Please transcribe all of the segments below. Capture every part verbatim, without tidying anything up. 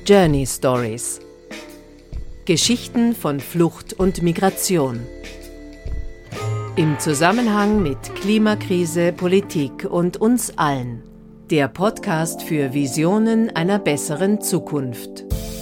Journey Stories. Geschichten von Flucht und Migration. Im Zusammenhang mit Klimakrise, Politik und uns allen. Der Podcast für Visionen einer besseren Zukunft.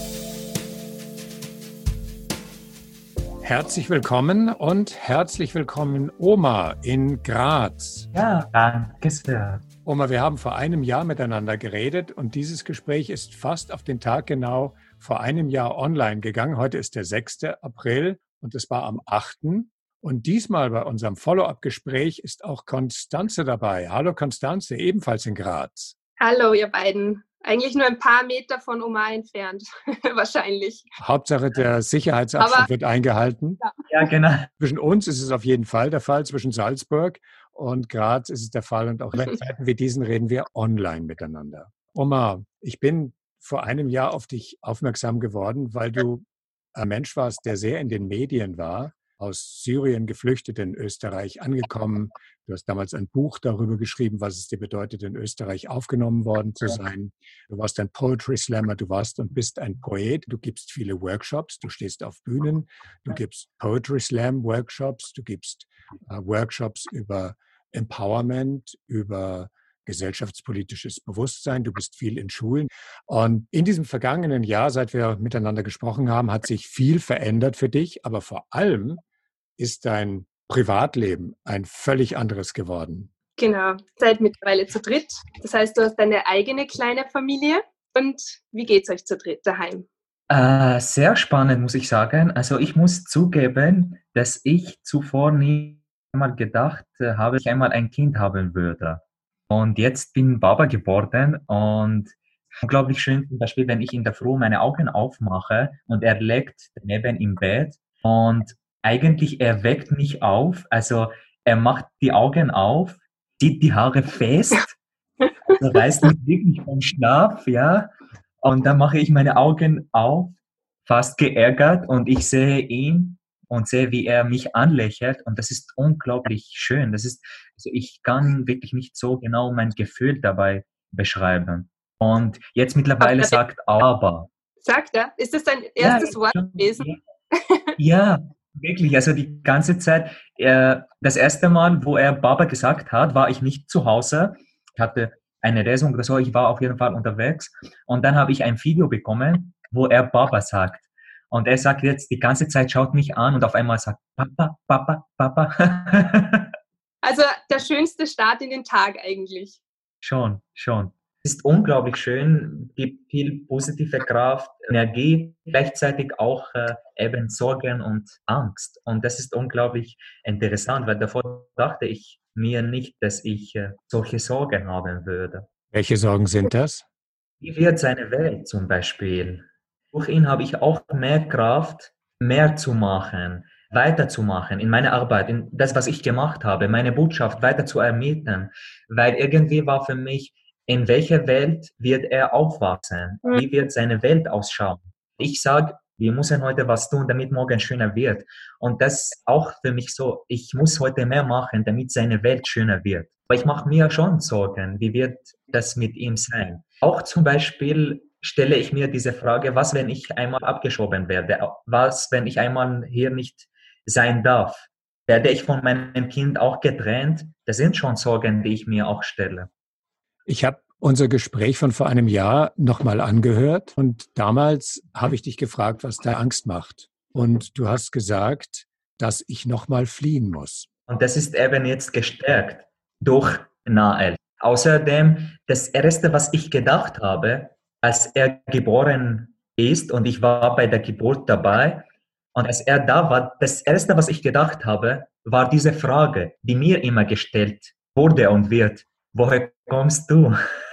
Herzlich willkommen und herzlich willkommen Oma in Graz. Ja, danke sehr. Oma, wir haben vor einem Jahr miteinander geredet und dieses Gespräch ist fast auf den Tag genau vor einem Jahr online gegangen. Heute ist der sechster April und es war am achten Und diesmal bei unserem Follow-up-Gespräch ist auch Constanze dabei. Hallo Constanze, ebenfalls in Graz. Hallo ihr beiden. Eigentlich nur ein paar Meter von Oma entfernt, wahrscheinlich. Hauptsache der Sicherheitsabstand Aber, wird eingehalten. Ja. ja, genau. Zwischen uns ist es auf jeden Fall der Fall, zwischen Salzburg und Graz ist es der Fall. Und auch in Zeiten wie diesen reden wir online miteinander. Oma, ich bin vor einem Jahr auf dich aufmerksam geworden, weil du ein Mensch warst, der sehr in den Medien war. Aus Syrien geflüchtet, in Österreich angekommen. Du hast damals ein Buch darüber geschrieben, was es dir bedeutet, in Österreich aufgenommen worden zu sein. Du warst ein Poetry Slammer, du warst und bist ein Poet. Du gibst viele Workshops, du stehst auf Bühnen, du gibst Poetry Slam Workshops, du gibst äh, Workshops über Empowerment, über gesellschaftspolitisches Bewusstsein, du bist viel in Schulen. Und in diesem vergangenen Jahr, seit wir miteinander gesprochen haben, hat sich viel verändert für dich, aber vor allem ist dein Privatleben ein völlig anderes geworden. Genau, seid mittlerweile zu dritt. Das heißt, du hast deine eigene kleine Familie. Und wie geht's euch zu dritt daheim? Äh, sehr spannend, muss ich sagen. Also ich muss zugeben, dass ich zuvor nie einmal gedacht habe, ich einmal ein Kind haben würde. Und jetzt bin Baba geworden und unglaublich schön, zum Beispiel, wenn ich in der Früh meine Augen aufmache und er liegt neben im Bett und eigentlich er weckt mich auf, also er macht die Augen auf, zieht die Haare fest, also reißt mich wirklich vom Schlaf, ja, und dann mache ich meine Augen auf, fast geärgert und ich sehe ihn und sehe, wie er mich anlächelt und das ist unglaublich schön. Das ist, also ich kann wirklich nicht so genau mein Gefühl dabei beschreiben. Und jetzt mittlerweile aber, sagt aber. Sagt er? Ist das dein erstes ja, Wort gewesen? Ja. ja, wirklich. Also die ganze Zeit, äh, das erste Mal, wo er Baba gesagt hat, war ich nicht zu Hause. Ich hatte eine Lesung oder so, ich war auf jeden Fall unterwegs. Und dann habe ich ein Video bekommen, wo er Baba sagt. Und er sagt jetzt die ganze Zeit, schaut mich an und auf einmal sagt, Papa, Papa, Papa. Also der schönste Start in den Tag eigentlich. Schon, schon. Es ist unglaublich schön, gibt viel positive Kraft, Energie, gleichzeitig auch äh, eben Sorgen und Angst. Und das ist unglaublich interessant, weil davor dachte ich mir nicht, dass ich äh, solche Sorgen haben würde. Welche Sorgen sind das? Wie wird seine Welt zum Beispiel? Durch ihn habe ich auch mehr Kraft, mehr zu machen, weiterzumachen in meiner Arbeit, in das, was ich gemacht habe, meine Botschaft weiter zu ermitteln. Weil irgendwie war für mich, in welcher Welt wird er aufwachsen? Wie wird seine Welt ausschauen? Ich sage, wir müssen heute was tun, damit morgen schöner wird. Und das auch für mich so, ich muss heute mehr machen, damit seine Welt schöner wird. Aber ich mache mir schon Sorgen, wie wird das mit ihm sein? Auch zum Beispiel stelle ich mir diese Frage, was, wenn ich einmal abgeschoben werde? Was, wenn ich einmal hier nicht sein darf? Werde ich von meinem Kind auch getrennt? Das sind schon Sorgen, die ich mir auch stelle. Ich habe unser Gespräch von vor einem Jahr nochmal angehört und damals habe ich dich gefragt, was da Angst macht. Und du hast gesagt, dass ich nochmal fliehen muss. Und das ist eben jetzt gestärkt durch Nael. Außerdem, das Erste, was ich gedacht habe, als er geboren ist und ich war bei der Geburt dabei und als er da war, das Erste, was ich gedacht habe, war diese Frage, die mir immer gestellt wurde und wird. Woher kommst du,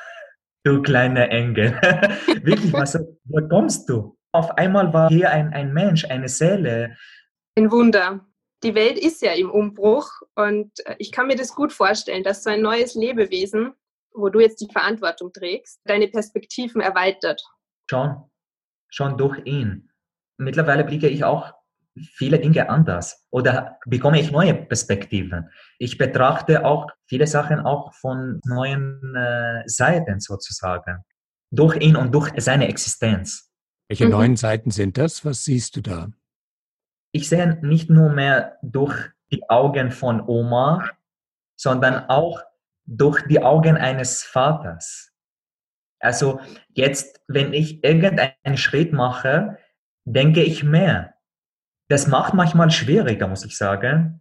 du kleiner Engel? Wirklich, was, woher kommst du? Auf einmal war hier ein, ein Mensch, eine Seele. Ein Wunder. Die Welt ist ja im Umbruch und ich kann mir das gut vorstellen, dass so ein neues Lebewesen, wo du jetzt die Verantwortung trägst, deine Perspektiven erweitert. Schon, schon durch ihn. Mittlerweile blicke ich auch viele Dinge anders oder bekomme ich neue Perspektiven. Ich betrachte auch viele Sachen auch von neuen äh, Seiten sozusagen. Durch ihn und durch seine Existenz. Welche Mhm. neuen Seiten sind das? Was siehst du da? Ich sehe nicht nur mehr durch die Augen von Oma, sondern auch durch die Augen eines Vaters. Also jetzt, wenn ich irgendeinen Schritt mache, denke ich mehr. Das macht manchmal schwieriger, muss ich sagen.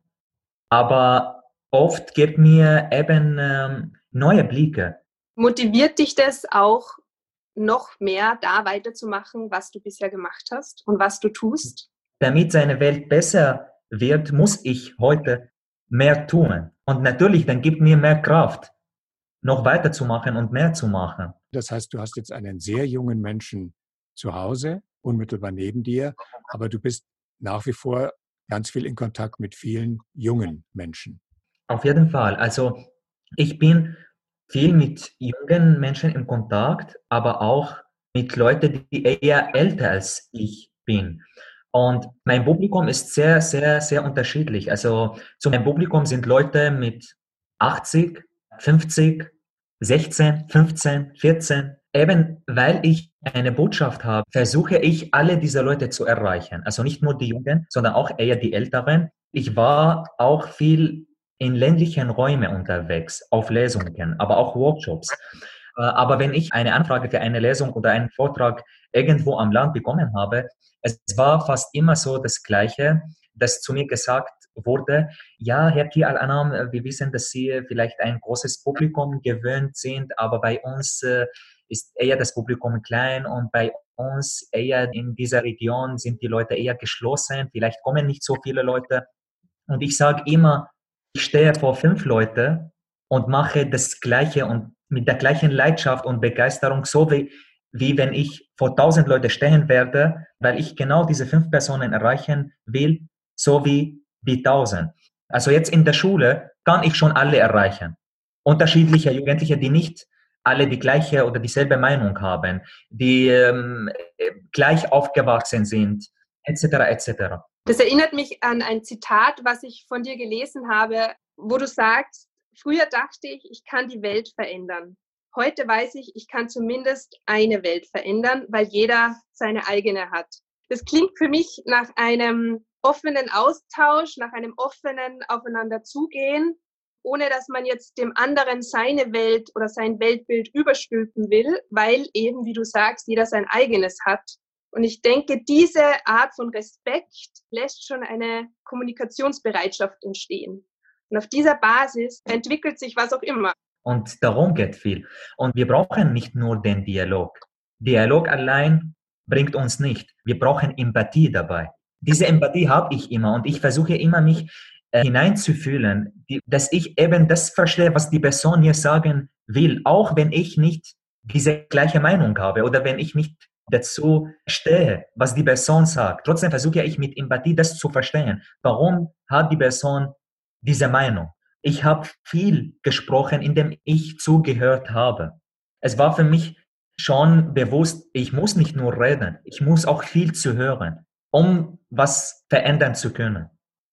Aber oft gibt mir eben ähm, neue Blicke. Motiviert dich das auch, noch mehr da weiterzumachen, was du bisher gemacht hast und was du tust? Damit seine Welt besser wird, muss ich heute mehr tun. Und natürlich, dann gibt mir mehr Kraft, noch weiterzumachen und mehr zu machen. Das heißt, du hast jetzt einen sehr jungen Menschen zu Hause, unmittelbar neben dir, aber du bist nach wie vor ganz viel in Kontakt mit vielen jungen Menschen. Auf jeden Fall. Also ich bin viel mit jungen Menschen in Kontakt, aber auch mit Leuten, die eher älter als ich bin. Und mein Publikum ist sehr, sehr, sehr unterschiedlich. Also zu meinem Publikum sind Leute mit achtzig, fünfzig, sechzehn, fünfzehn, vierzehn. Eben weil ich eine Botschaft habe, versuche ich, alle diese Leute zu erreichen. Also nicht nur die Jungen, sondern auch eher die Älteren. Ich war auch viel in ländlichen Räumen unterwegs, auf Lesungen, aber auch Workshops. Aber wenn ich eine Anfrage für eine Lesung oder einen Vortrag irgendwo am Land bekommen habe, es war fast immer so das Gleiche, dass zu mir gesagt wurde, ja, Herr Ki Al-Anam, wir wissen, dass Sie vielleicht ein großes Publikum gewöhnt sind, aber bei uns äh, ist eher das Publikum klein und bei uns eher in dieser Region sind die Leute eher geschlossen, vielleicht kommen nicht so viele Leute. Und ich sage immer, ich stehe vor fünf Leuten und mache das Gleiche und mit der gleichen Leidenschaft und Begeisterung, so wie, wie wenn ich vor tausend Leute stehen werde, weil ich genau diese fünf Personen erreichen will, so wie die tausend. Also jetzt in der Schule kann ich schon alle erreichen. Unterschiedliche Jugendliche, die nicht alle die gleiche oder dieselbe Meinung haben, die ähm, gleich aufgewachsen sind, et cetera et cetera. Das erinnert mich an ein Zitat, was ich von dir gelesen habe, wo du sagst, früher dachte ich, ich kann die Welt verändern. Heute weiß ich, ich kann zumindest eine Welt verändern, weil jeder seine eigene hat. Das klingt für mich nach einem offenen Austausch, nach einem offenen Aufeinanderzugehen, ohne dass man jetzt dem anderen seine Welt oder sein Weltbild überstülpen will, weil eben, wie du sagst, jeder sein eigenes hat. Und ich denke, diese Art von Respekt lässt schon eine Kommunikationsbereitschaft entstehen. Und auf dieser Basis entwickelt sich was auch immer. Und darum geht viel. Und wir brauchen nicht nur den Dialog. Dialog allein bringt uns nicht. Wir brauchen Empathie dabei. Diese Empathie habe ich immer und ich versuche immer, mich äh, hineinzufühlen, die, dass ich eben das verstehe, was die Person mir sagen will, auch wenn ich nicht diese gleiche Meinung habe oder wenn ich nicht dazu stehe, was die Person sagt. Trotzdem versuche ich mit Empathie das zu verstehen. Warum hat die Person diese Meinung? Ich habe viel gesprochen, indem ich zugehört habe. Es war für mich schon bewusst, ich muss nicht nur reden, ich muss auch viel zu hören, um was verändern zu können.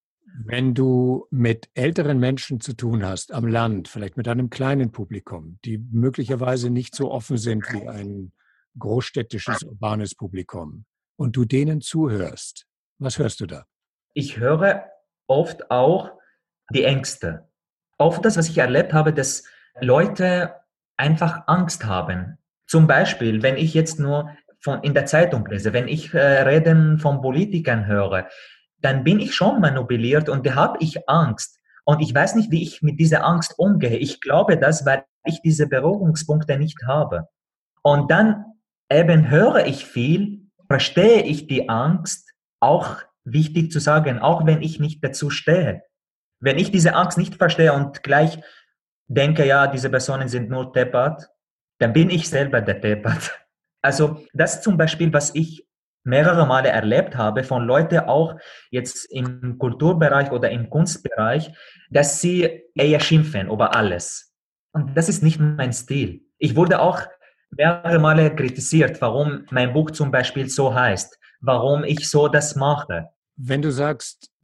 Wenn du mit älteren Menschen zu tun hast, am Land, vielleicht mit einem kleinen Publikum, die möglicherweise nicht so offen sind wie ein großstädtisches, urbanes Publikum, und du denen zuhörst, was hörst du da? Ich höre oft auch die Ängste. Oft das, was ich erlebt habe, dass Leute einfach Angst haben. Zum Beispiel, wenn ich jetzt nur von, in der Zeitung lese, wenn ich äh, Reden von Politikern höre, dann bin ich schon manipuliert und da habe ich Angst. Und ich weiß nicht, wie ich mit dieser Angst umgehe. Ich glaube das, weil ich diese Berührungspunkte nicht habe. Und dann eben höre ich viel, verstehe ich die Angst, auch wichtig zu sagen, auch wenn ich nicht dazu stehe. Wenn ich diese Angst nicht verstehe und gleich denke, ja, diese Personen sind nur deppert, dann bin ich selber der deppert. Also das zum Beispiel, was ich mehrere Male erlebt habe von Leuten auch jetzt im Kulturbereich oder im Kunstbereich, dass sie eher schimpfen über alles. Und das ist nicht mein Stil. Ich wurde auch mehrere Male kritisiert, warum mein Buch zum Beispiel so heißt, warum ich so das mache. Wenn du sagst,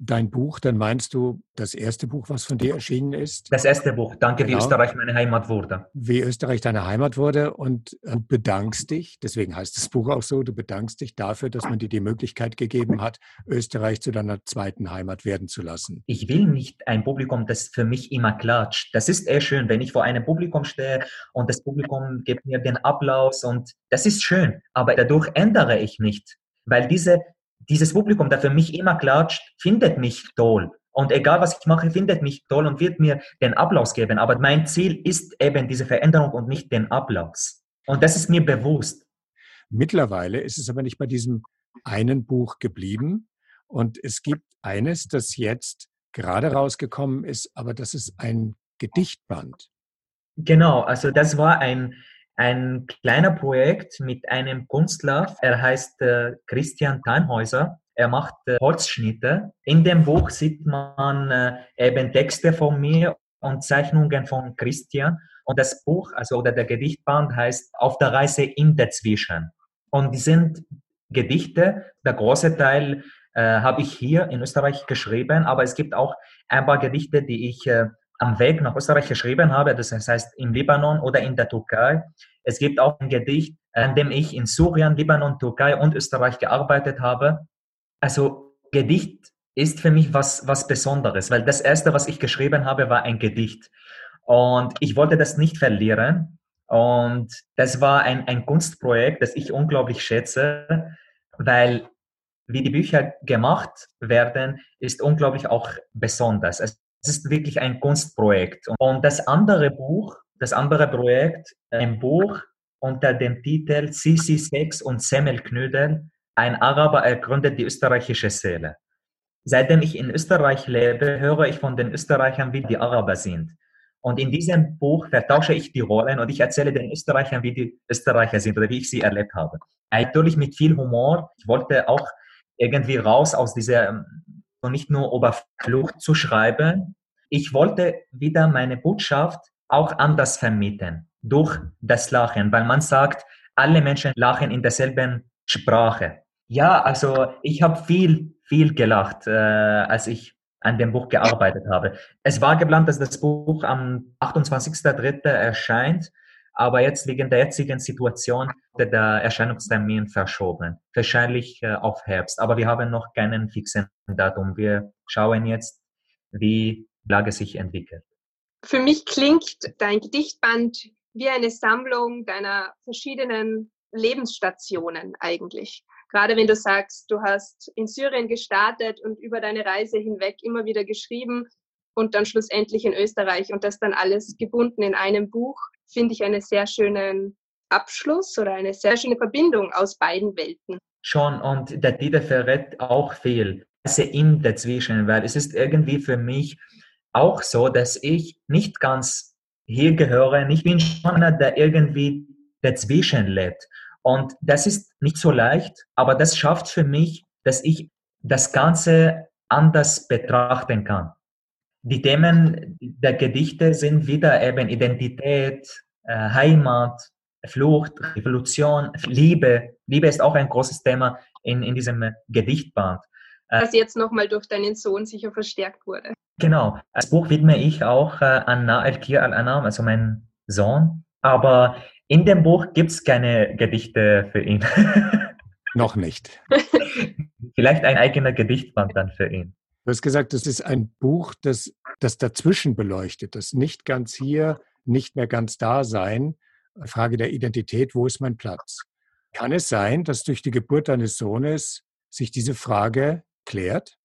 dein Buch, dann meinst du das erste Buch, was von dir erschienen ist? Das erste Buch, Danke, Genau. Wie Österreich meine Heimat wurde. Wie Österreich deine Heimat wurde, und du bedankst dich, deswegen heißt das Buch auch so, du bedankst dich dafür, dass man dir die Möglichkeit gegeben hat, Österreich zu deiner zweiten Heimat werden zu lassen. Ich will nicht ein Publikum, das für mich immer klatscht. Das ist eher schön, wenn ich vor einem Publikum stehe und das Publikum gibt mir den Applaus, und das ist schön, aber dadurch ändere ich nicht, weil diese, dieses Publikum, das für mich immer klatscht, findet mich toll. Und egal, was ich mache, findet mich toll und wird mir den Applaus geben. Aber mein Ziel ist eben diese Veränderung und nicht den Applaus. Und das ist mir bewusst. Mittlerweile ist es aber nicht bei diesem einen Buch geblieben. Und es gibt eines, das jetzt gerade rausgekommen ist, aber das ist ein Gedichtband. Genau, also das war ein, ein kleiner Projekt mit einem Künstler. Er heißt äh, Christian Tannhäuser. Er macht äh, Holzschnitte. In dem Buch sieht man äh, eben Texte von mir und Zeichnungen von Christian. Und das Buch, also oder der Gedichtband heißt Auf der Reise im Dazwischen. Und die sind Gedichte. Der große Teil äh, habe ich hier in Österreich geschrieben, aber es gibt auch ein paar Gedichte, die ich äh, am Weg nach Österreich geschrieben habe. Das heißt im Libanon oder in der Türkei. Es gibt auch ein Gedicht, an dem ich in Syrien, Libanon, Türkei und Österreich gearbeitet habe. Also Gedicht ist für mich was, was Besonderes, weil das erste, was ich geschrieben habe, war ein Gedicht. Und ich wollte das nicht verlieren. Und das war ein, ein Kunstprojekt, das ich unglaublich schätze, weil wie die Bücher gemacht werden, ist unglaublich auch besonders. Es ist wirklich ein Kunstprojekt. Und das andere Buch, das andere Projekt, ein Buch unter dem Titel Sisi, Sex und Semmelknödel, ein Araber ergründet die österreichische Seele. Seitdem ich in Österreich lebe, höre ich von den Österreichern, wie die Araber sind. Und in diesem Buch vertausche ich die Rollen und ich erzähle den Österreichern, wie die Österreicher sind oder wie ich sie erlebt habe. Natürlich mit viel Humor. Ich wollte auch irgendwie raus aus dieser, und nicht nur über Flucht zu schreiben. Ich wollte wieder meine Botschaft auch anders vermitteln, durch das Lachen, weil man sagt, alle Menschen lachen in derselben Sprache. Ja, also ich habe viel, viel gelacht, äh, als ich an dem Buch gearbeitet habe. Es war geplant, dass das Buch am achtundzwanzigsten dritten erscheint, aber jetzt wegen der jetzigen Situation wurde der Erscheinungstermin verschoben. Wahrscheinlich äh, auf Herbst, aber wir haben noch keinen fixen Datum. Wir schauen jetzt, wie die Lage sich entwickelt. Für mich klingt dein Gedichtband wie eine Sammlung deiner verschiedenen Lebensstationen eigentlich. Gerade wenn du sagst, du hast in Syrien gestartet und über deine Reise hinweg immer wieder geschrieben und dann schlussendlich in Österreich und das dann alles gebunden in einem Buch, finde ich einen sehr schönen Abschluss oder eine sehr schöne Verbindung aus beiden Welten. Schon, und der Titel verrät auch viel. Also im Dazwischen, weil es ist irgendwie für mich auch so, dass ich nicht ganz hier gehöre. Ich bin schon einer, der irgendwie dazwischen lebt. Und das ist nicht so leicht, aber das schafft für mich, dass ich das Ganze anders betrachten kann. Die Themen der Gedichte sind wieder eben Identität, äh, Heimat, Flucht, Revolution, Liebe. Liebe ist auch ein großes Thema in, in diesem Gedichtband. Was jetzt nochmal durch deinen Sohn sicher verstärkt wurde. Genau. Das Buch widme ich auch äh, an Nael Kir al-Anam, also mein Sohn. Aber in dem Buch gibt es keine Gedichte für ihn. Noch nicht. Vielleicht ein eigener Gedichtband dann für ihn. Du hast gesagt, das ist ein Buch, das das dazwischen beleuchtet, das nicht ganz hier, nicht mehr ganz da sein. Frage der Identität, wo ist mein Platz? Kann es sein, dass durch die Geburt deines Sohnes sich diese Frage klärt?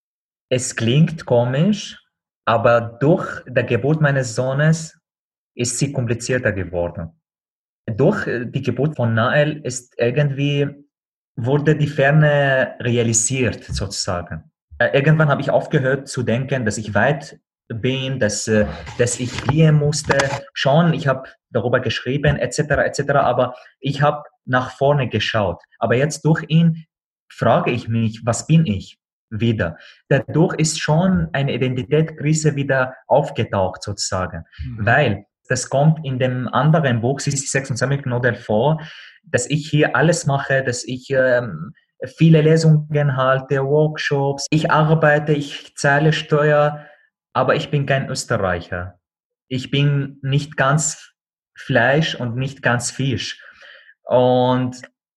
Es klingt komisch, aber durch die Geburt meines Sohnes ist sie komplizierter geworden. Durch die Geburt von Nael ist irgendwie, wurde die Ferne realisiert sozusagen. Irgendwann habe ich aufgehört zu denken, dass ich weit bin, dass, dass ich fliehen musste. Schon, ich habe darüber geschrieben, et cetera et cetera. Aber ich habe nach vorne geschaut. Aber jetzt durch ihn frage ich mich, was bin ich wieder? Dadurch ist schon eine Identitätskrise wieder aufgetaucht sozusagen, mhm. Weil das kommt in dem anderen Buch, Sisi, Sex und Semmelknödel vor, dass ich hier alles mache, dass ich ähm, viele Lesungen halte, Workshops. Ich arbeite, ich zahle Steuer, aber ich bin kein Österreicher. Ich bin nicht ganz Fleisch und nicht ganz Fisch. Und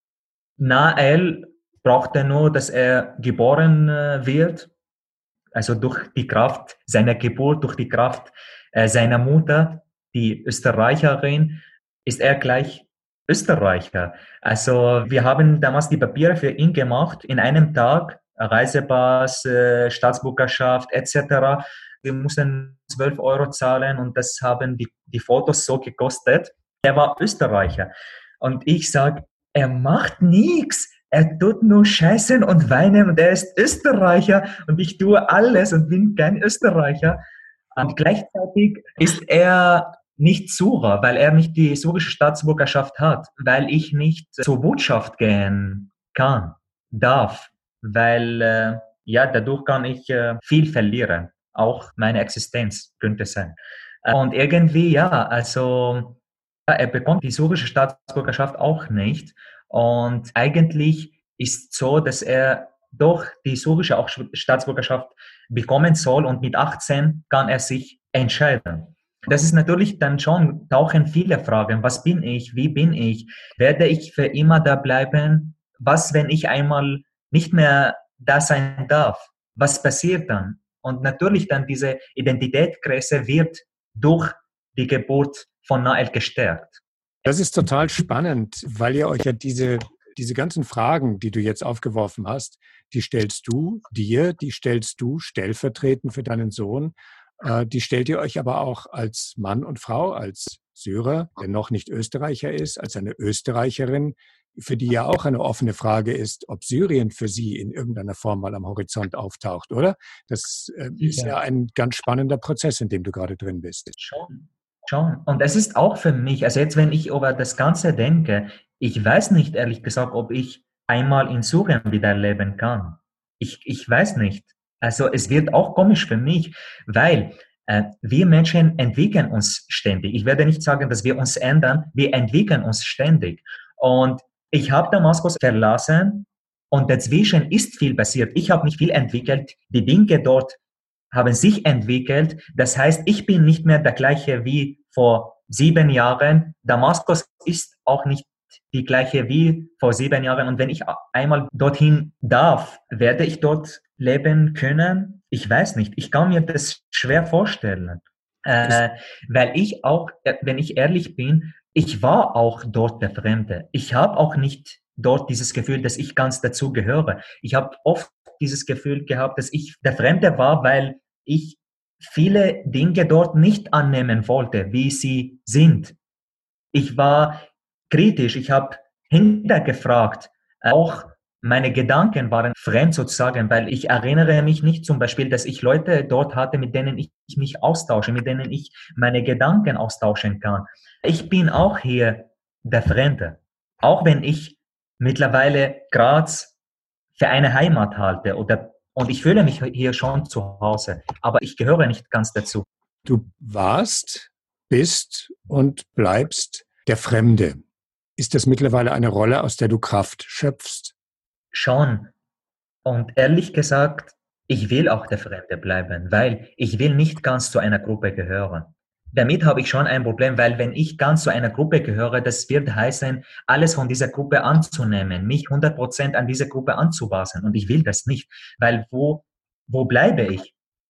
Nael brauchte nur, dass er geboren wird, also durch die Kraft seiner Geburt, durch die Kraft äh, seiner Mutter, die Österreicherin, ist er gleich Österreicher. Also wir haben damals die Papiere für ihn gemacht, in einem Tag, Reisepass, äh, Staatsbürgerschaft et cetera. Wir mussten zwölf Euro zahlen und das haben die, die Fotos so gekostet. Er war Österreicher. Und ich sage, er macht nichts. Er tut nur scheißen und weinen und er ist Österreicher und ich tue alles und bin kein Österreicher. Und gleichzeitig ist er nicht Syrer, weil er nicht die syrische Staatsbürgerschaft hat, weil ich nicht zur Botschaft gehen kann, darf, weil äh, ja, dadurch kann ich äh, viel verlieren. Auch meine Existenz könnte sein. Und irgendwie, ja, also ja, er bekommt die syrische Staatsbürgerschaft auch nicht. Und eigentlich ist so, dass er doch die syrische auch Staatsbürgerschaft bekommen soll und mit achtzehn kann er sich entscheiden. Das ist natürlich dann schon, tauchen viele Fragen. Was bin ich? Wie bin ich? Werde ich für immer da bleiben? Was, wenn ich einmal nicht mehr da sein darf? Was passiert dann? Und natürlich dann diese Identitätskrise wird durch die Geburt von Nael gestärkt. Das ist total spannend, weil ihr euch ja diese, diese ganzen Fragen, die du jetzt aufgeworfen hast, die stellst du dir, die stellst du stellvertretend für deinen Sohn, äh, die stellt ihr euch aber auch als Mann und Frau, als Syrer, der noch nicht Österreicher ist, als eine Österreicherin, für die ja auch eine offene Frage ist, ob Syrien für sie in irgendeiner Form mal am Horizont auftaucht, oder? Das äh, ist ja. ja ein ganz spannender Prozess, in dem du gerade drin bist. Schon. Schon. Und es ist auch für mich, also jetzt, wenn ich über das Ganze denke, ich weiß nicht, ehrlich gesagt, ob ich einmal in Syrien wieder leben kann. Ich, ich weiß nicht. Also es wird auch komisch für mich, weil äh, wir Menschen entwickeln uns ständig. Ich werde nicht sagen, dass wir uns ändern, wir entwickeln uns ständig. Und ich habe Damaskus verlassen und dazwischen ist viel passiert. Ich habe nicht viel entwickelt. Die Dinge dort haben sich entwickelt. Das heißt, ich bin nicht mehr der gleiche wie vor sieben Jahren. Damaskus ist auch nicht die gleiche wie vor sieben Jahren. Und wenn ich einmal dorthin darf, werde ich dort leben können? Ich weiß nicht. Ich kann mir das schwer vorstellen. Äh, weil ich auch, wenn ich ehrlich bin, ich war auch dort der Fremde. Ich habe auch nicht dort dieses Gefühl, dass ich ganz dazu gehöre. Ich habe oft dieses Gefühl gehabt, dass ich der Fremde war, weil ich viele Dinge dort nicht annehmen wollte, wie sie sind. Ich war kritisch, ich habe hintergefragt. Auch meine Gedanken waren fremd sozusagen, weil ich erinnere mich nicht zum Beispiel, dass ich Leute dort hatte, mit denen ich mich austausche, mit denen ich meine Gedanken austauschen kann. Ich bin auch hier der Fremde. Auch wenn ich mittlerweile Graz für eine Heimat halte oder und ich fühle mich hier schon zu Hause, aber ich gehöre nicht ganz dazu. Du warst, bist und bleibst der Fremde. Ist das mittlerweile eine Rolle, aus der du Kraft schöpfst? Schon. Und ehrlich gesagt, ich will auch der Fremde bleiben, weil ich will nicht ganz zu einer Gruppe gehören. Damit habe ich schon ein Problem, weil wenn ich ganz zu einer Gruppe gehöre, das wird heißen, alles von dieser Gruppe anzunehmen, mich hundert Prozent an diese Gruppe anzupassen. Und ich will das nicht, weil wo, wo bleibe ich?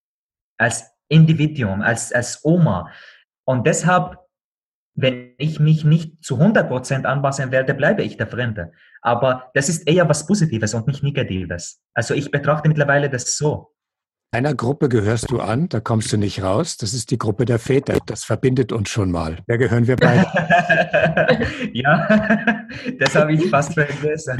Als Individuum, als, als Oma. Und deshalb, wenn ich mich nicht zu hundert Prozent anpassen werde, bleibe ich der Fremde. Aber das ist eher was Positives und nicht Negatives. Also ich betrachte mittlerweile das so. Einer Gruppe gehörst du an, da kommst du nicht raus. Das ist die Gruppe der Väter. Das verbindet uns schon mal. Da gehören wir beide. Ja, das habe ich fast vergessen.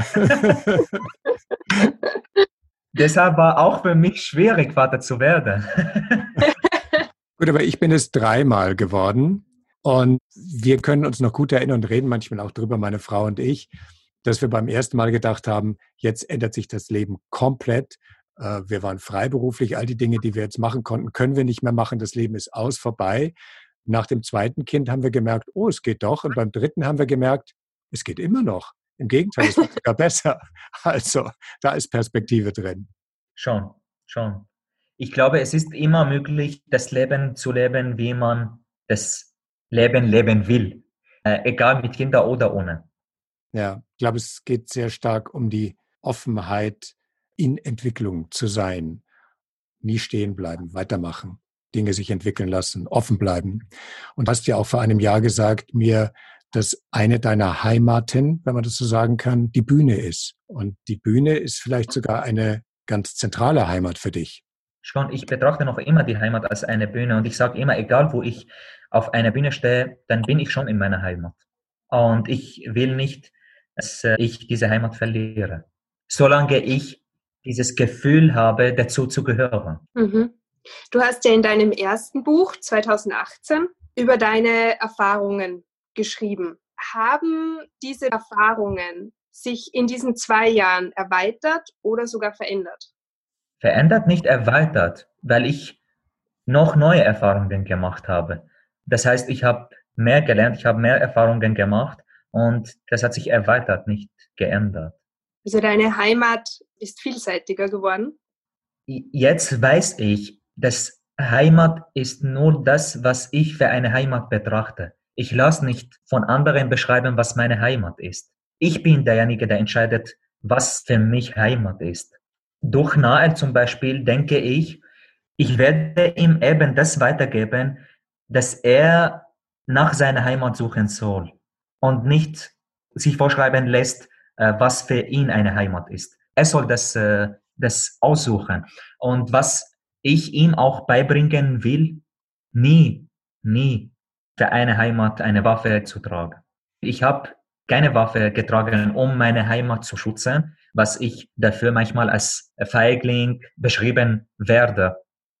Deshalb war auch für mich schwierig, Vater zu werden. Gut, aber ich bin es dreimal geworden. Und wir können uns noch gut erinnern und reden manchmal auch drüber, meine Frau und ich, dass wir beim ersten Mal gedacht haben, jetzt ändert sich das Leben komplett. Wir waren freiberuflich, all die Dinge, die wir jetzt machen konnten, können wir nicht mehr machen. Das Leben ist aus, vorbei. Nach dem zweiten Kind haben wir gemerkt, oh, es geht doch. Und beim dritten haben wir gemerkt, es geht immer noch. Im Gegenteil, es wird sogar besser. Also, da ist Perspektive drin. Schon, schon. Ich glaube, es ist immer möglich, das Leben zu leben, wie man das Leben leben will. Äh, egal mit Kindern oder ohne. Ja, ich glaube, es geht sehr stark um die Offenheit, in Entwicklung zu sein. Nie stehen bleiben, weitermachen, Dinge sich entwickeln lassen, offen bleiben. Und du hast ja auch vor einem Jahr gesagt, mir, dass eine deiner Heimaten, wenn man das so sagen kann, die Bühne ist. Und die Bühne ist vielleicht sogar eine ganz zentrale Heimat für dich. Schon, ich betrachte noch immer die Heimat als eine Bühne und ich sage immer, egal wo ich auf einer Bühne stehe, dann bin ich schon in meiner Heimat. Und ich will nicht, dass ich diese Heimat verliere, solange ich dieses Gefühl habe, dazu zu gehören. Mhm. Du hast ja in deinem ersten Buch zwanzig achtzehn über deine Erfahrungen geschrieben. Haben diese Erfahrungen sich in diesen zwei Jahren erweitert oder sogar verändert? Verändert, nicht erweitert, weil ich noch neue Erfahrungen gemacht habe. Das heißt, ich habe mehr gelernt, ich habe mehr Erfahrungen gemacht und das hat sich erweitert, nicht geändert. Also deine Heimat ist vielseitiger geworden? Jetzt weiß ich, dass Heimat ist nur das, was ich für eine Heimat betrachte. Ich lasse nicht von anderen beschreiben, was meine Heimat ist. Ich bin derjenige, der entscheidet, was für mich Heimat ist. Durch Nael zum Beispiel denke ich, ich werde ihm eben das weitergeben, dass er nach seiner Heimat suchen soll und nicht sich vorschreiben lässt, was für ihn eine Heimat ist. Er soll das, das aussuchen. Und was ich ihm auch beibringen will, nie, nie für eine Heimat eine Waffe zu tragen. Ich habe keine Waffe getragen, um meine Heimat zu schützen, was ich dafür manchmal als Feigling beschrieben werde.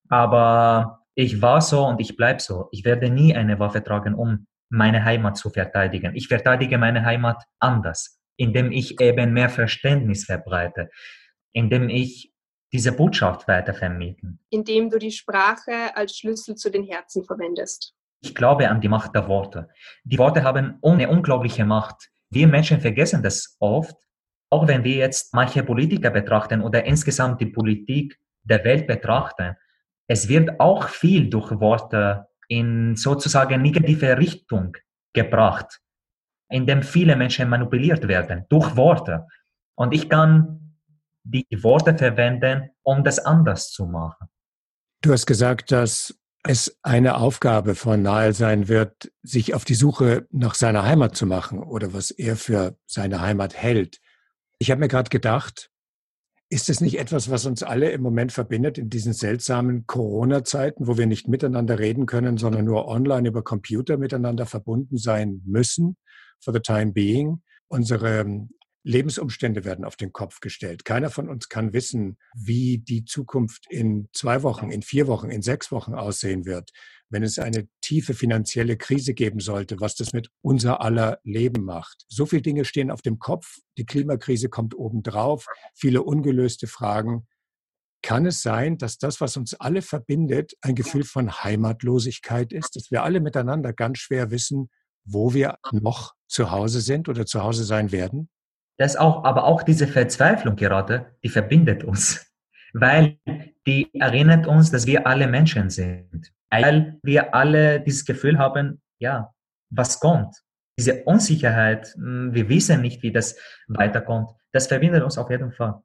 Aber ich war so und ich bleibe so. Ich werde nie eine Waffe tragen, um meine Heimat zu verteidigen. Ich verteidige meine Heimat anders, indem ich eben mehr Verständnis verbreite, indem ich diese Botschaft weitervermittle. Indem du die Sprache als Schlüssel zu den Herzen verwendest. Ich glaube an die Macht der Worte. Die Worte haben eine unglaubliche Macht. Wir Menschen vergessen das oft, auch wenn wir jetzt manche Politiker betrachten oder insgesamt die Politik der Welt betrachten. Es wird auch viel durch Worte in sozusagen negative Richtung gebracht, indem viele Menschen manipuliert werden durch Worte. Und ich kann die Worte verwenden, um das anders zu machen. Du hast gesagt, dass es eine Aufgabe von Nael sein wird, sich auf die Suche nach seiner Heimat zu machen oder was er für seine Heimat hält. Ich habe mir gerade gedacht, ist es nicht etwas, was uns alle im Moment verbindet in diesen seltsamen Corona-Zeiten, wo wir nicht miteinander reden können, sondern nur online über Computer miteinander verbunden sein müssen, for the time being? Unsere Lebensumstände werden auf den Kopf gestellt. Keiner von uns kann wissen, wie die Zukunft in zwei Wochen, in vier Wochen, in sechs Wochen aussehen wird. Wenn es eine tiefe finanzielle Krise geben sollte, was das mit unser aller Leben macht. So viele Dinge stehen auf dem Kopf. Die Klimakrise kommt obendrauf. Viele ungelöste Fragen. Kann es sein, dass das, was uns alle verbindet, ein Gefühl von Heimatlosigkeit ist? Dass wir alle miteinander ganz schwer wissen, wo wir noch zu Hause sind oder zu Hause sein werden? Das auch, aber auch diese Verzweiflung gerade, die verbindet uns, weil die erinnert uns, dass wir alle Menschen sind, weil wir alle dieses Gefühl haben, ja, was kommt? Diese Unsicherheit, wir wissen nicht, wie das weiterkommt, das verbindet uns auf jeden Fall.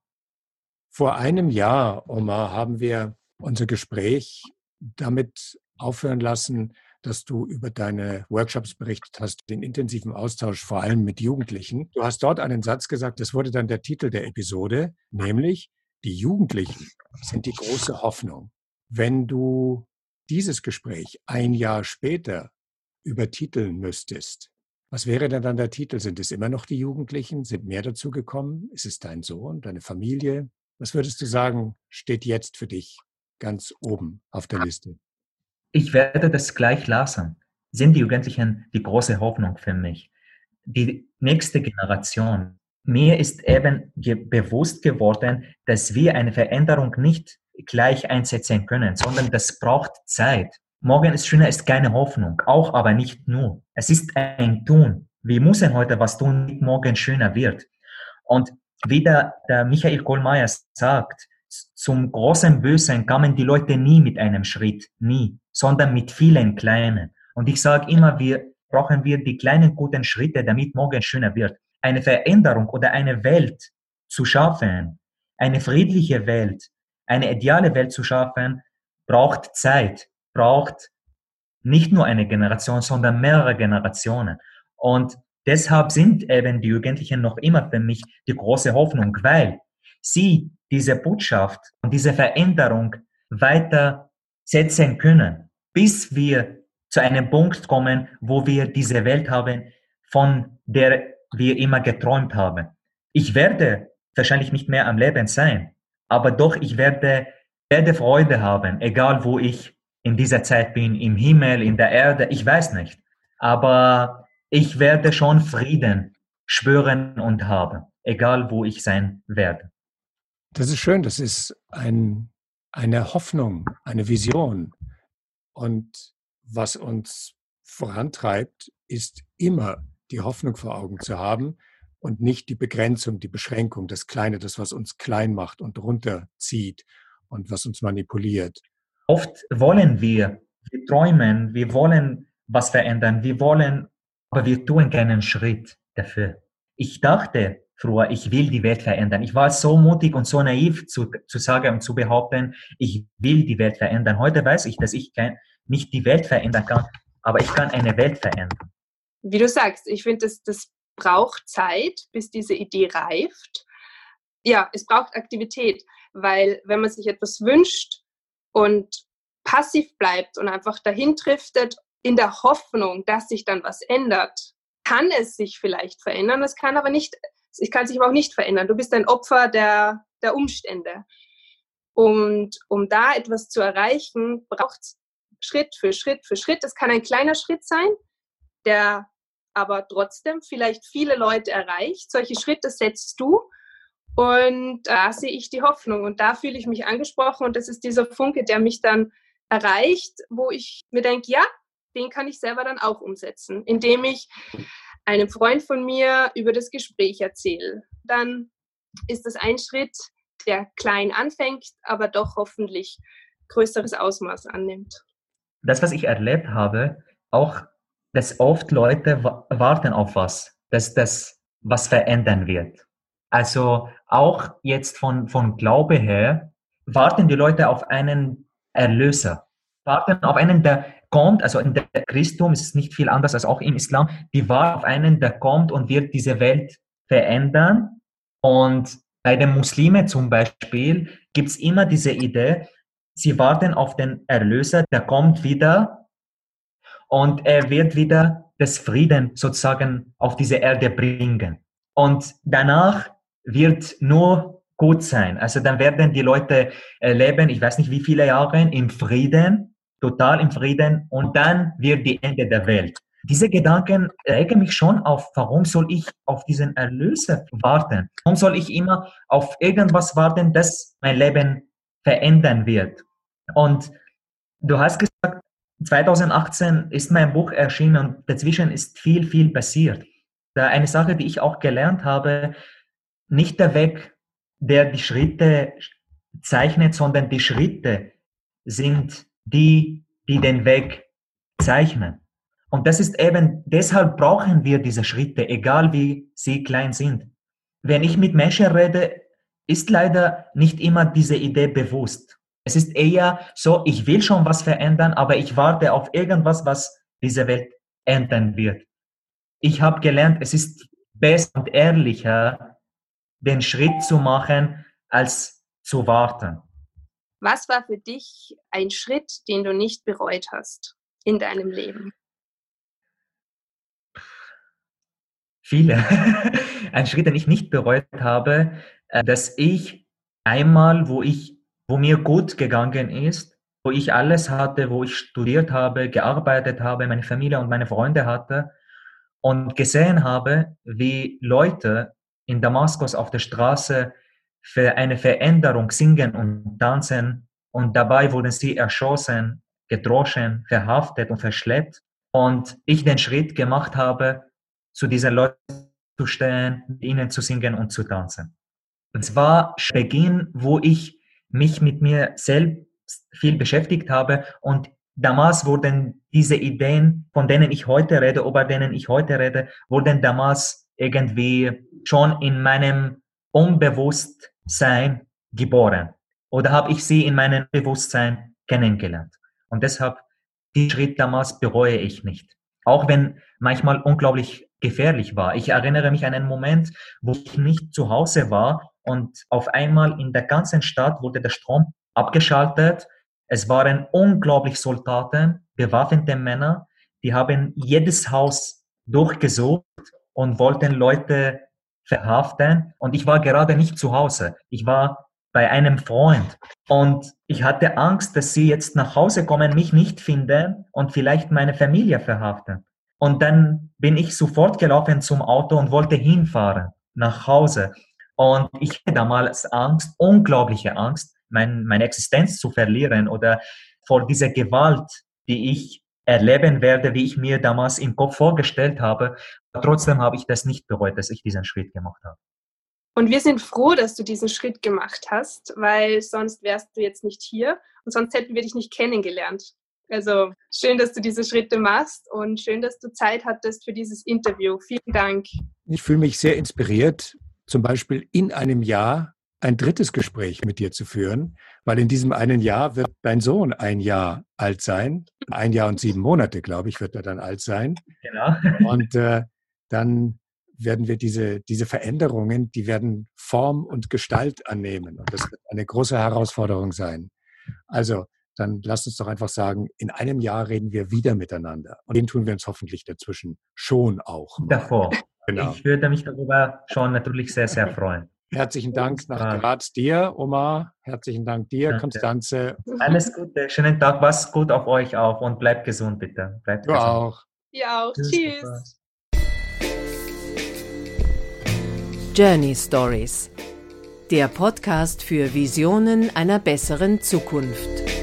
Vor einem Jahr, Omar, haben wir unser Gespräch damit aufhören lassen, dass du über deine Workshops berichtet hast, den intensiven Austausch vor allem mit Jugendlichen. Du hast dort einen Satz gesagt, das wurde dann der Titel der Episode, nämlich die Jugendlichen sind die große Hoffnung. Wenn du dieses Gespräch ein Jahr später übertiteln müsstest, was wäre denn dann der Titel? Sind es immer noch die Jugendlichen? Sind mehr dazu gekommen? Ist es dein Sohn, deine Familie? Was würdest du sagen, steht jetzt für dich ganz oben auf der Liste? Ich werde das gleich lassen. Sind die Jugendlichen die große Hoffnung für mich? Die nächste Generation. Mir ist eben ge- bewusst geworden, dass wir eine Veränderung nicht gleich einsetzen können, sondern das braucht Zeit. Morgen ist schöner ist keine Hoffnung, auch aber nicht nur. Es ist ein Tun. Wir müssen heute was tun, damit morgen schöner wird. Und wie der, der Michael Kohlmeier sagt, zum großen Bösen kamen die Leute nie mit einem Schritt, nie, sondern mit vielen kleinen. Und ich sage immer, wir brauchen wir die kleinen guten Schritte, damit morgen schöner wird. Eine Veränderung oder eine Welt zu schaffen, eine friedliche Welt, eine ideale Welt zu schaffen, braucht Zeit, braucht nicht nur eine Generation, sondern mehrere Generationen. Und deshalb sind eben die Jugendlichen noch immer für mich die große Hoffnung, weil sie diese Botschaft und diese Veränderung weiter setzen können, bis wir zu einem Punkt kommen, wo wir diese Welt haben, von der wir immer geträumt haben. Ich werde wahrscheinlich nicht mehr am Leben sein, aber doch ich werde, werde Freude haben, egal wo ich in dieser Zeit bin, im Himmel, in der Erde, ich weiß nicht. Aber ich werde schon Frieden spüren und haben, egal wo ich sein werde. Das ist schön, das ist ein, eine Hoffnung, eine Vision. Und was uns vorantreibt, ist immer die Hoffnung vor Augen zu haben und nicht die Begrenzung, die Beschränkung, das Kleine, das, was uns klein macht und runterzieht und was uns manipuliert. Oft wollen wir, wir träumen, wir wollen was verändern, wir wollen, aber wir tun keinen Schritt dafür. Ich dachte früher, ich will die Welt verändern. Ich war so mutig und so naiv zu, zu sagen und zu behaupten, ich will die Welt verändern. Heute weiß ich, dass ich kein, nicht die Welt verändern kann, aber ich kann eine Welt verändern. Wie du sagst, ich finde, das, das braucht Zeit, bis diese Idee reift. Ja, es braucht Aktivität, weil wenn man sich etwas wünscht und passiv bleibt und einfach dahin driftet, in der Hoffnung, dass sich dann was ändert, kann es sich vielleicht verändern, es kann aber nicht, es kann sich aber auch nicht verändern. Du bist ein Opfer der, der Umstände. Und um da etwas zu erreichen, braucht es Schritt für Schritt für Schritt. Das kann ein kleiner Schritt sein, der aber trotzdem vielleicht viele Leute erreicht. Solche Schritte setzt du und da sehe ich die Hoffnung und da fühle ich mich angesprochen und das ist dieser Funke, der mich dann erreicht, wo ich mir denke, ja, den kann ich selber dann auch umsetzen, indem ich einem Freund von mir über das Gespräch erzähle. Dann ist das ein Schritt, der klein anfängt, aber doch hoffentlich größeres Ausmaß annimmt. Das, was ich erlebt habe, auch, dass oft Leute warten auf was, dass das was verändern wird. Also auch jetzt von, von Glaube her, warten die Leute auf einen Erlöser, warten auf einen, der kommt, also in der Christentum ist es nicht viel anders als auch im Islam, die warten auf einen, der kommt und wird diese Welt verändern. Und bei den Muslimen zum Beispiel gibt es immer diese Idee, sie warten auf den Erlöser, der kommt wieder und er wird wieder das Frieden sozusagen auf diese Erde bringen. Und danach wird nur gut sein. Also dann werden die Leute leben, ich weiß nicht wie viele Jahre, im Frieden, total im Frieden und dann wird die Ende der Welt. Diese Gedanken regen mich schon auf, warum soll ich auf diesen Erlöser warten? Warum soll ich immer auf irgendwas warten, das mein Leben verändern wird? Und du hast gesagt, zwanzig achtzehn ist mein Buch erschienen und dazwischen ist viel, viel passiert. Eine Sache, die ich auch gelernt habe, nicht der Weg, der die Schritte zeichnet, sondern die Schritte sind die, die den Weg zeichnen. Und das ist eben, deshalb brauchen wir diese Schritte, egal wie sie klein sind. Wenn ich mit Menschen rede, ist leider nicht immer diese Idee bewusst. Es ist eher so, ich will schon was verändern, aber ich warte auf irgendwas, was diese Welt ändern wird. Ich habe gelernt, es ist besser und ehrlicher, den Schritt zu machen, als zu warten. Was war für dich ein Schritt, den du nicht bereut hast in deinem Leben? Viele. Ein Schritt, den ich nicht bereut habe, dass ich einmal, wo ich, wo mir gut gegangen ist, wo ich alles hatte, wo ich studiert habe, gearbeitet habe, meine Familie und meine Freunde hatte und gesehen habe, wie Leute in Damaskus auf der Straße für eine Veränderung singen und tanzen und dabei wurden sie erschossen, gedroschen, verhaftet und verschleppt und ich den Schritt gemacht habe, zu diesen Leuten zu stehen, mit ihnen zu singen und zu tanzen. Es war Beginn, wo ich mich mit mir selbst viel beschäftigt habe und damals wurden diese Ideen, von denen ich heute rede, über denen ich heute rede, wurden damals irgendwie schon in meinem Unbewusstsein geboren. Oder habe ich sie in meinem Bewusstsein kennengelernt. Und deshalb, diesen Schritt damals bereue ich nicht. Auch wenn manchmal unglaublich gefährlich war. Ich erinnere mich an einen Moment, wo ich nicht zu Hause war und auf einmal in der ganzen Stadt wurde der Strom abgeschaltet. Es waren unglaublich Soldaten, bewaffnete Männer, die haben jedes Haus durchgesucht und wollten Leute verhaften. Und ich war gerade nicht zu Hause. Ich war bei einem Freund. Und ich hatte Angst, dass sie jetzt nach Hause kommen, mich nicht finden und vielleicht meine Familie verhaften. Und dann bin ich sofort gelaufen zum Auto und wollte hinfahren, nach Hause. Und ich hatte damals Angst, unglaubliche Angst, mein, meine Existenz zu verlieren oder vor dieser Gewalt, die ich erleben werde, wie ich mir damals im Kopf vorgestellt habe. Aber trotzdem habe ich das nicht bereut, dass ich diesen Schritt gemacht habe. Und wir sind froh, dass du diesen Schritt gemacht hast, weil sonst wärst du jetzt nicht hier und sonst hätten wir dich nicht kennengelernt. Also schön, dass du diese Schritte machst und schön, dass du Zeit hattest für dieses Interview. Vielen Dank. Ich fühle mich sehr inspiriert, zum Beispiel in einem Jahr ein drittes Gespräch mit dir zu führen, weil in diesem einen Jahr wird dein Sohn ein Jahr alt sein. Ein Jahr und sieben Monate, glaube ich, wird er dann alt sein. Genau. Und äh, dann werden wir diese, diese Veränderungen, die werden Form und Gestalt annehmen. Und das wird eine große Herausforderung sein. Also, dann lasst uns doch einfach sagen, in einem Jahr reden wir wieder miteinander. Und den tun wir uns hoffentlich dazwischen schon auch. Davor. Genau. Ich würde mich darüber schon natürlich sehr, sehr freuen. Herzlichen Dank nach Graz dir, Omar. Herzlichen Dank dir, Danke. Konstanze. Alles Gute, schönen Tag, was gut auf euch auch und bleibt gesund, bitte. Bleibt Du gesund. auch. Ja auch. Tschüss. Tschüss. Journey Stories, der Podcast für Visionen einer besseren Zukunft.